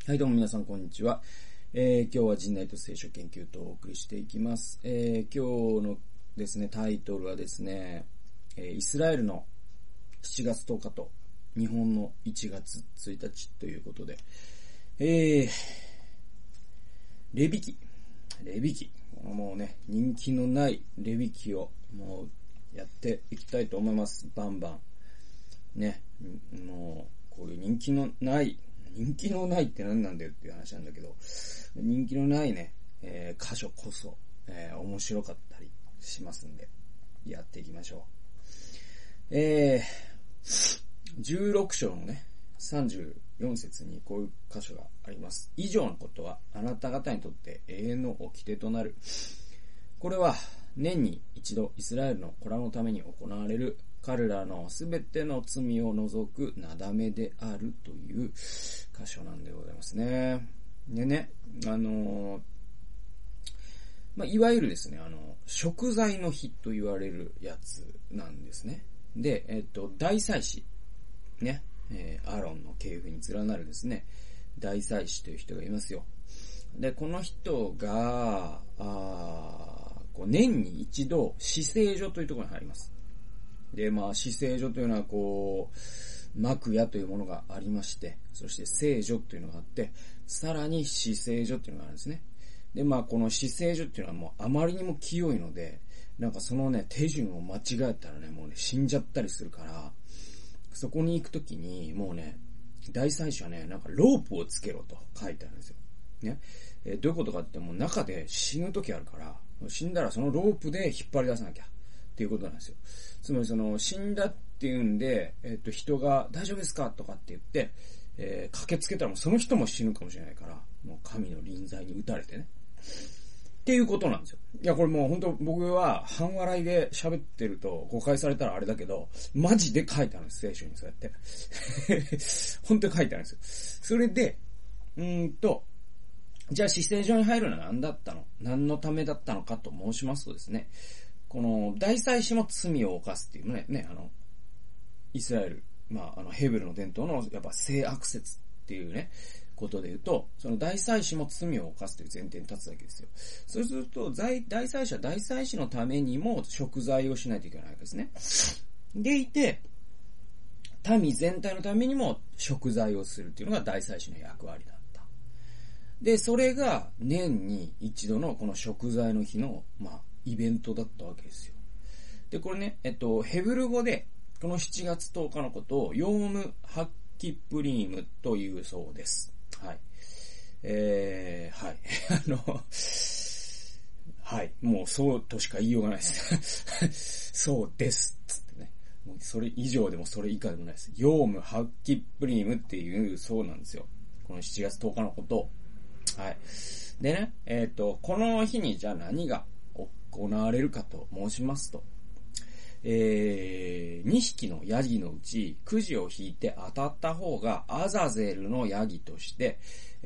はい、どうも皆さんこんにちは。今日は陣内と聖書研究とお送りしていきます。今日のですね、タイトルはですね、イスラエルの7月10日と日本の1月1日ということで、レビ記。もうね、人気のないレビ記をもうやっていきたいと思います。バンバン。ね、もうこういう人気のないって何なんだよっていう話なんだけど、人気のないね、箇所こそ、面白かったりしますんで、やっていきましょう。16章のね、34節にこういう箇所があります。以上のことはあなた方にとって永遠の掟となる。これは年に一度イスラエルの子らのために行われる彼らのすべての罪を除くなだめであるという箇所なんでございますね。でね、いわゆるですね、贖罪の日と言われるやつなんですね。で、大祭司、ね、アーロンの系譜に連なるですね、大祭司という人がいますよ。で、この人が、年に一度、至聖所というところに入ります。で、至聖所というのは幕屋というものがありまして、そして聖所というのがあって、さらに至聖所というのがあるんですね。で、この至聖所っていうのはもうあまりにも清いので、そのね、手順を間違えたらね、もうね、死んじゃったりするから、そこに行くときに、もうね、大祭司はね、ロープをつけろと書いてあるんですよ。ね。どういうことかってもう中で死ぬときあるから、死んだらそのロープで引っ張り出さなきゃっていうことなんですよ。つまり死んだっていうんで、人が大丈夫ですかとかって言って、駆けつけたらもうその人も死ぬかもしれないから、もう神の臨在に打たれてね。っていうことなんですよ。いや、これもう本当僕は半笑いで喋ってると誤解されたらあれだけど、マジで書いてあるんです、聖書にそうやって。本当に書いてあるんですよ。それで、じゃあ、至聖所に入るのは何だったの？何のためだったのかと申しますとですね、この大祭司も罪を犯すっていうね、イスラエル、ヘブルの伝統のやっぱ性悪説っていうね、ことで言うと、その大祭司も罪を犯すという前提に立つわけですよ。そうすると、大祭司は大祭司のためにも贖罪をしないといけないわけですね。でいて、民全体のためにも贖罪をするっていうのが大祭司の役割だった。で、それが年に一度のこの贖罪の日の、イベントだったわけですよ。で、これね、ヘブル語で、この7月10日のことを、ヨーム・ハッキップリームというそうです。はい。はい。はい。もうそうとしか言いようがないです。そうです。つってね。もうそれ以上でもそれ以下でもないです。ヨーム・ハッキップリームっていうそうなんですよ。この7月10日のことを。はい。でね、この日にじゃあ何が行われるかと申しますと、2匹のヤギのうちくじを引いて当たった方がアザゼルのヤギとして、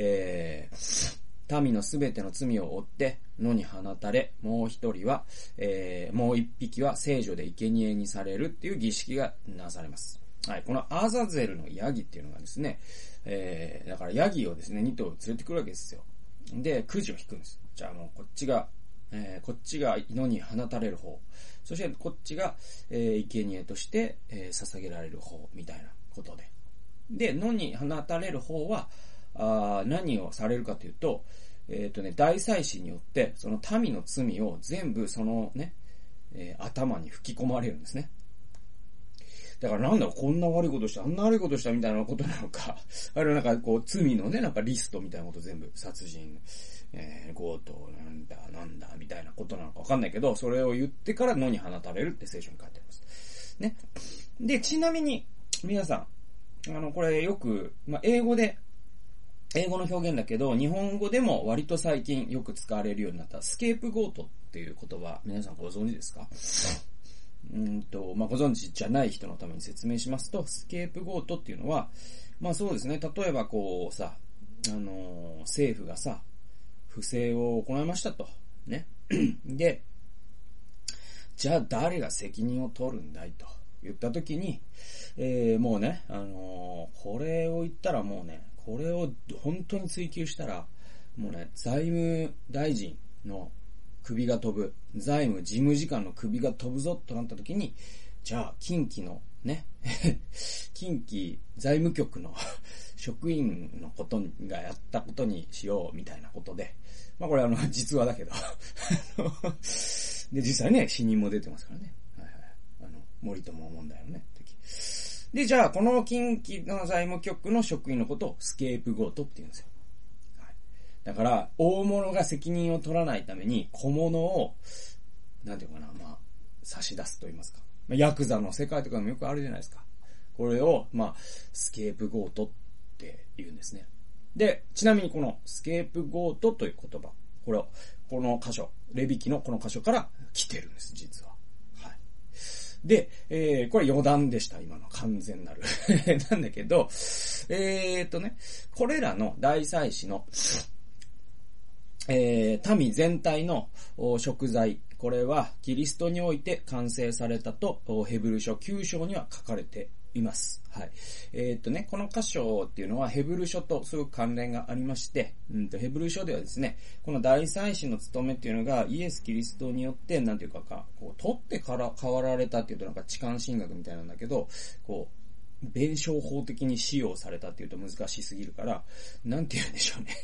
民のすべての罪を負って野に放たれ、もう一人は、もう一匹は聖女で生贄にされるっていう儀式がなされます。はい、このアザゼルのヤギっていうのがですね、だからヤギをですね、2頭連れてくるわけですよ。で、くじを引くんです。じゃあもうこっちが野に放たれる方。そしてこっちが、生贄として、捧げられる方みたいなことで。で、野に放たれる方は、何をされるかというと、大祭司によって、その民の罪を全部そのね、頭に吹き込まれるんですね。だからこんな悪いことした、あんな悪いことしたみたいなことなのか、あれは罪のね、リストみたいなこと全部、殺人、強盗、なんだ、みたいなことなのかわかんないけど、それを言ってから野に放たれるって聖書に書いてあります。ね。で、ちなみに、皆さん、これよく、英語の表現だけど、日本語でも割と最近よく使われるようになったスケープゴートっていう言葉、皆さんご存知ですか？ご存知じゃない人のために説明しますと、スケープゴートっていうのは、そうですね、例えば政府が不正を行いましたと。ね。で、じゃあ誰が責任を取るんだいと言ったときに、もうね、これを言ったらもうね、 これを本当に追求したら、もうね、財務大臣の首が飛ぶ、財務事務次官の首が飛ぶぞとなった時に、じゃあ、近畿のね、近畿財務局の職員のことがやったことにしようみたいなことで、まあこれ実話だけどで、実際ね、死人も出てますからね。はいはい。森友問題のね、時。で、じゃあ、この近畿の財務局の職員のことをスケープゴートって言うんですよ。はい。だから、大物が責任を取らないために、小物を、なんていうかな、まあ、差し出すと言いますか。ヤクザの世界とかでもよくあるじゃないですか。これを、まあ、スケープゴートって言うんですね。で、ちなみにこのスケープゴートという言葉、この箇所、レビ記のこの箇所から来てるんです、実は。はい。で、これ余談でした、今の完全なる。なんだけど、これらの大祭司の、民全体の食材、これはキリストにおいて完成されたとヘブル書9章には書かれています。はい。この箇所っていうのはヘブル書とすごく関連がありまして、ヘブル書ではですね、この大祭司の務めっていうのがイエス・キリストによって、なんていうか、こう、取ってから変わられたっていうとなんか痴漢神学みたいなんだけど、こう、弁証法的に使用されたっていうと難しすぎるから、なんて言うんでしょうね。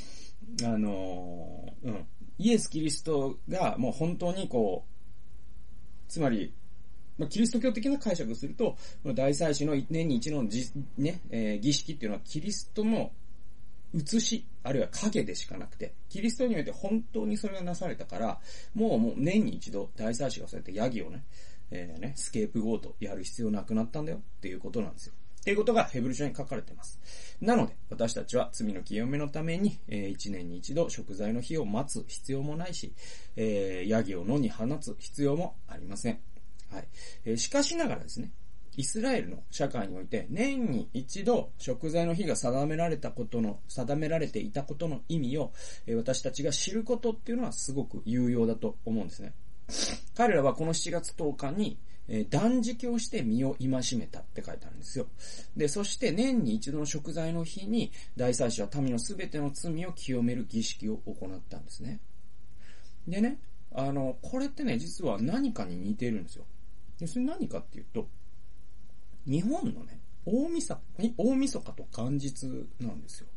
イエス・キリストがもう本当にこう、つまり、キリスト教的な解釈をすると、大祭司の年に一度の儀式っていうのはキリストの写し、あるいは影でしかなくて、キリストにおいて本当にそれがなされたから、もう年に一度大祭司がそうやってヤギをスケープゴートやる必要なくなったんだよっていうことなんですよ。っていうことがヘブル書に書かれています。なので、私たちは罪の清めのために、1年に一度食材の日を待つ必要もないし、ヤギを野に放つ必要もありません。はい。しかしながらですね、イスラエルの社会において、年に一度食材の日が定められていたことの意味を、私たちが知ることっていうのはすごく有用だと思うんですね。彼らはこの7月10日に、断食をして身を戒めたって書いてあるんですよ。で、そして年に一度の食材の日に大祭司は民のすべての罪を清める儀式を行ったんですね。でね、これってね、実は何かに似てるんですよ。で、それ何かっていうと、日本のね、大晦日と元日なんですよ。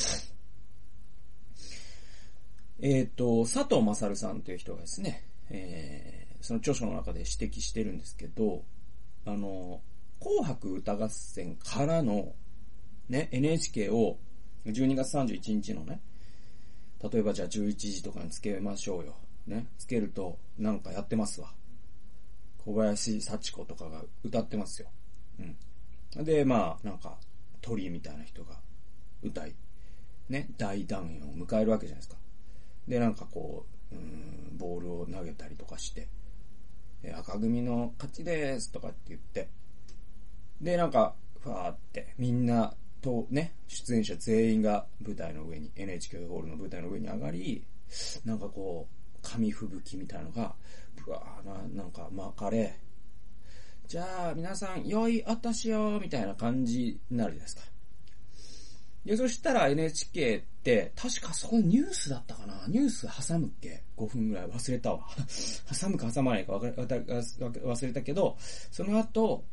佐藤勝さんという人がですね、その著書の中で指摘してるんですけど、紅白歌合戦からの、ね、NHK を12月31日のね、例えばじゃあ11時とかにつけましょうよ。ね、つけると、なんかやってますわ。小林幸子とかが歌ってますよ。うん。で、まあ、なんか、鳥みたいな人が歌い、ね、大団円を迎えるわけじゃないですか。で、なんかこう、ボールを投げたりとかして、赤組の勝ちですとかって言って、で、なんか、ふわーってみんなとね、出演者全員が舞台の上に、NHK ホールの舞台の上に上がり、なんかこう、紙吹雪みたいなのが、ぶわーなんか巻かれ、じゃあ皆さん、良いお年をみたいな感じになるじゃないですか。で、そしたら NHK って、確かそこニュースだったかな、ニュース挟むっけ ?5 分ぐらい忘れたわ。挟むか挟まないか忘れたけど、その後、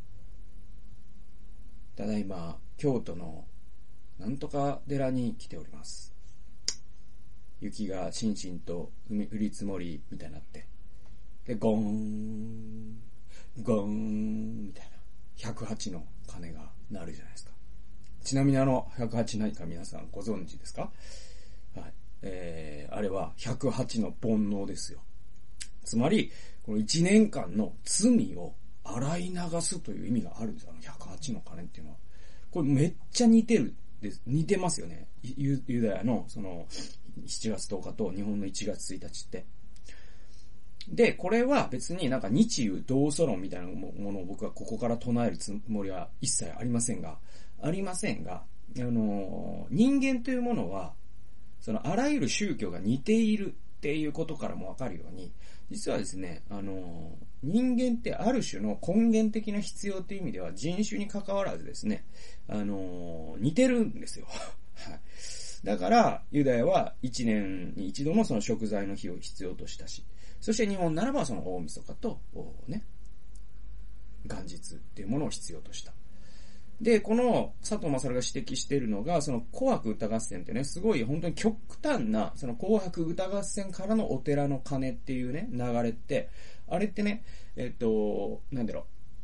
ただいま、京都のなんとか寺に来ております。雪がしんしんと降り積もりみたいになって。で、ゴーン、ゴーン、みたいな。108の鐘が鳴るじゃないですか。ちなみに108何か皆さんご存知ですか？はい。あれは108の煩悩ですよ。つまり、この1年間の罪を洗い流すという意味があるんですよ。108の鐘っていうのは。これめっちゃ似てますよね。ユダヤのその7月10日と日本の1月1日って。で、これは別になんか日ユ同祖論みたいなものを僕はここから唱えるつもりは一切ありませんが、人間というものは、そのあらゆる宗教が似ているっていうことからもわかるように、実はですね、人間ってある種の根源的な必要という意味では人種に関わらずですね、似てるんですよ。 だから、ユダヤは1年に一度のその贖罪の日を必要としたし、そして日本ならばその大晦日と、ね、元日っていうものを必要とした。で、この佐藤勝が指摘しているのが、その紅白歌合戦ってね、すごい本当に極端な、その紅白歌合戦からのお寺の鐘っていうね、流れって、あれってね、なんだろ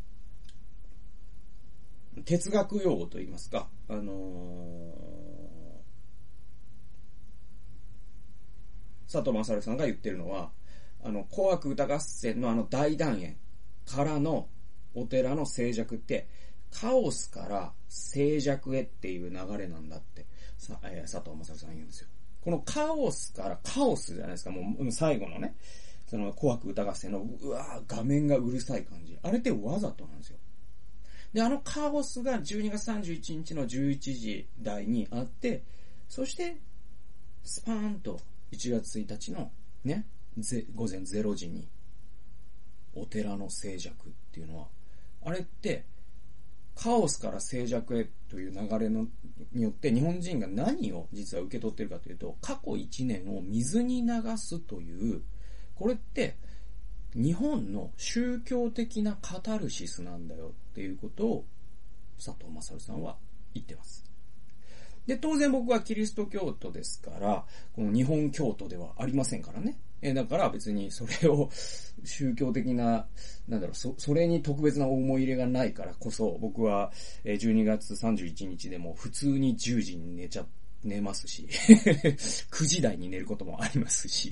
う、哲学用語と言いますか、佐藤勝さんが言ってるのは、紅白歌合戦の大団円からのお寺の静寂って、カオスから静寂へっていう流れなんだって佐藤勝さん言うんですよ。このカオスからカオスじゃないですか。もう最後のね、その紅白歌合戦の画面がうるさい感じ。あれってわざとなんですよ。で、カオスが12月31日の11時台にあって、そしてスパーンと1月1日のね、午前0時にお寺の静寂っていうのは、あれってカオスから静寂へという流れによって日本人が何を実は受け取っているかというと、過去1年を水に流すという、これって日本の宗教的なカタルシスなんだよっていうことを佐藤勝さんは言ってます。で、当然僕はキリスト教徒ですから、この日本教徒ではありませんからね。だから別にそれを宗教的な、それに特別な思い入れがないからこそ、僕は12月31日でも普通に10時に寝ますし、9時台に寝ることもありますし、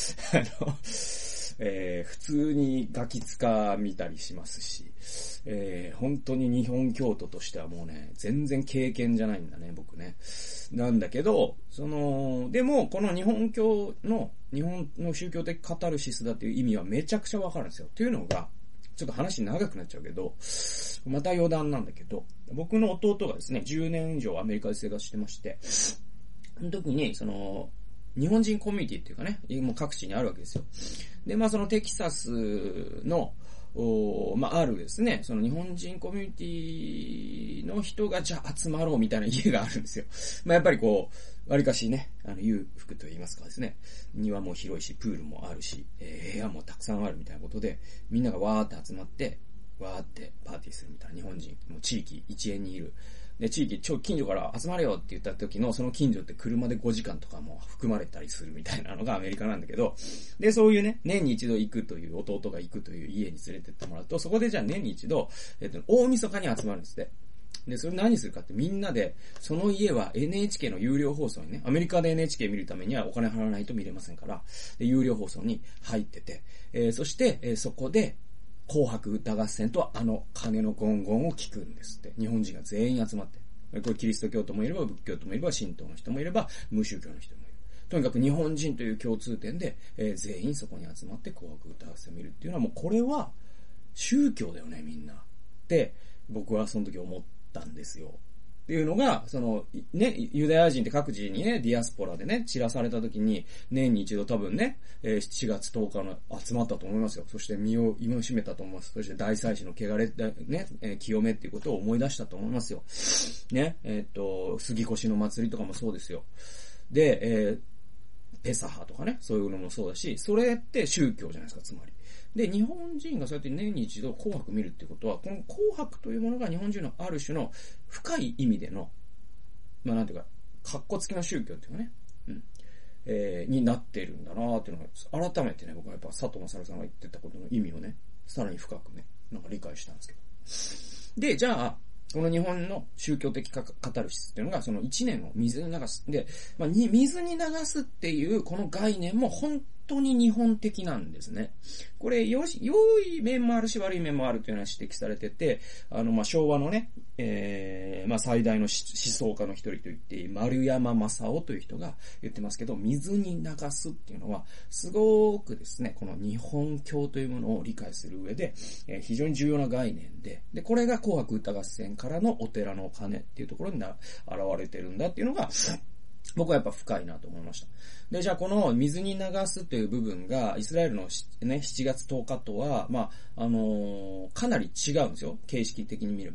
普通にガキツカ見たりしますし、本当に日本教徒としてはもうね、全然経験じゃないんだね、僕ね。なんだけど、でも、この日本の宗教的カタルシスだっていう意味はめちゃくちゃわかるんですよ。というのが、ちょっと話長くなっちゃうけど、また余談なんだけど、僕の弟がですね、10年以上アメリカで生活してまして、その時に、日本人コミュニティっていうかね、もう各地にあるわけですよ。で、そのテキサスの、あるですね、その日本人コミュニティの人がじゃあ集まろうみたいな家があるんですよ。やっぱりわりかしね、裕福と言いますかですね、庭も広いし、プールもあるし、部屋もたくさんあるみたいなことで、みんながわーって集まって、わーってパーティーするみたいな、日本人、もう地域一円にいる。で、地域、近所から集まれよって言った時の、その近所って車で5時間とかも含まれたりするみたいなのがアメリカなんだけど、で、そういうね、年に一度行くという、弟が行くという家に連れてってもらうと、そこでじゃあ年に一度、大晦日に集まるんですって。で、それ何するかってみんなで、その家は NHK の有料放送にね、アメリカで NHK 見るためにはお金払わないと見れませんから、で有料放送に入ってて、そして、そこで、紅白歌合戦と鐘のゴンゴンを聞くんですって。日本人が全員集まって。これキリスト教徒もいれば仏教徒もいれば神道の人もいれば無宗教の人もいる。とにかく日本人という共通点で、全員そこに集まって紅白歌合戦を見るっていうのはもうこれは宗教だよねみんな。って僕はその時思ったんですよ。っていうのが、ユダヤ人って各地にね、ディアスポラでね、散らされた時に、年に一度多分ね、7月10日の集まったと思いますよ。そして身を戒めたと思います。そして大祭司の汚れ、ね、清めっていうことを思い出したと思いますよ。ね、杉越の祭りとかもそうですよ。で、ペサハとかね、そういうのもそうだし、それって宗教じゃないですか、つまり。で、日本人がそうやって年に一度紅白見るっていうことは、この紅白というものが日本人のある種の深い意味での、なんていうか、格好付きの宗教っていうかね、になっているんだなーっていうのが、改めてね、僕はやっぱ佐藤勝さんが言ってたことの意味をね、さらに深くね、理解したんですけど。で、じゃあ、この日本の宗教的カタルシスっていうのが、その1年を水に流す。で、水に流すっていうこの概念も本当に日本的なんですね。これ、良い面もあるし悪い面もあるというのは指摘されてて、昭和のね、最大の思想家の一人と言って丸山正夫という人が言ってますけど、水に流すっていうのは、すごくですね、この日本教というものを理解する上で、非常に重要な概念で、これが紅白歌合戦からのお寺の鐘っていうところに現れてるんだっていうのが、僕はやっぱ深いなと思いました。で、じゃあこの水に流すという部分が、イスラエルのね、7月10日とは、かなり違うんですよ。形式的に見れば。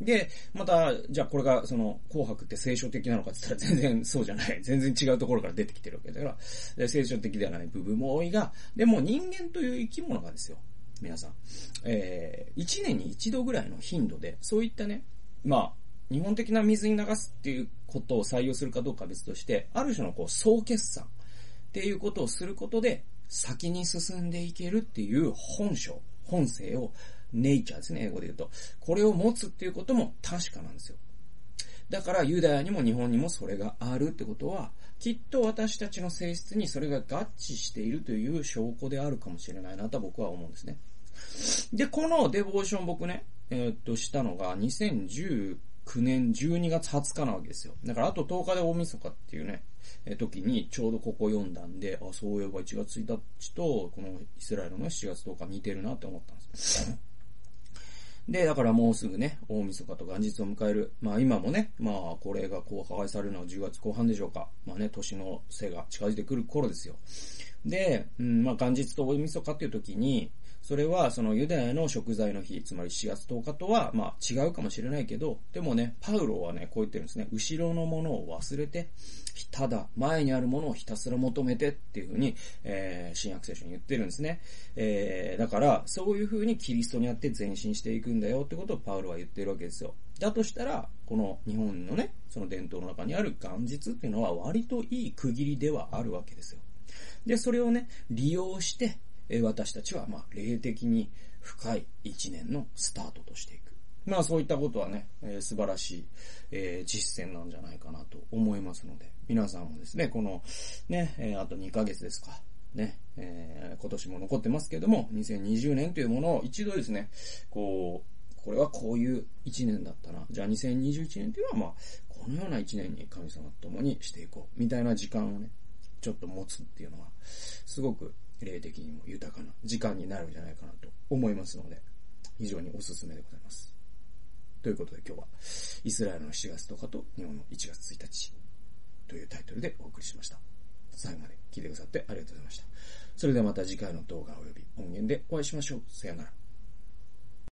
で、また、じゃあこれが紅白って聖書的なのかって言ったら全然そうじゃない。全然違うところから出てきてるわけだから、聖書的ではない部分も多いが、でも人間という生き物がですよ、皆さん、1年に1度ぐらいの頻度で、そういったね、日本的な水に流すっていうことを採用するかどうかは別として、ある種の総決算っていうことをすることで、先に進んでいけるっていう本性を、ネイチャーですね、英語で言うと。これを持つっていうことも確かなんですよ。だからユダヤにも日本にもそれがあるってことは、きっと私たちの性質にそれが合致しているという証拠であるかもしれないなと僕は思うんですね。で、このデボーション僕ね、したのが2019年12月20日なわけですよ。だからあと10日で大晦日っていうね、時にちょうどここ読んだんで、そういえば1月1日とこのイスラエルの7月10日似てるなって思ったんです。で、だからもうすぐね、大晦日と元日を迎える。今もね、これが公開されるのは10月後半でしょうか。年の瀬が近づいてくる頃ですよ。で、元日と大晦日っていう時に、それはそのユダヤの贖罪の日、つまり7月10日とは違うかもしれないけど、でもね、パウロはね、こう言ってるんですね。後ろのものを忘れて、ただ前にあるものをひたすら求めてっていうふうに、新約聖書に言ってるんですね。だからそういうふうにキリストにあって前進していくんだよってことをパウロは言ってるわけですよ。だとしたら、この日本のね、その伝統の中にある元日っていうのは割といい区切りではあるわけですよ。で、それをね、利用して、私たちは霊的に深い一年のスタートとしていく。そういったことはね、素晴らしい、実践なんじゃないかなと思いますので、皆さんもですね、このね、あと2ヶ月ですか。ね、今年も残ってますけども、2020年というものを一度ですね、これはこういう一年だったな。じゃあ2021年というのはこのような一年に神様と共にしていこう。みたいな時間をね、ちょっと持つっていうのは、すごく霊的にも豊かな時間になるんじゃないかなと思いますので、非常におすすめでございます。ということで今日は、イスラエルの7月10日と日本の1月1日というタイトルでお送りしました。最後まで聞いてくださってありがとうございました。それではまた次回の動画及び音源でお会いしましょう。さよなら。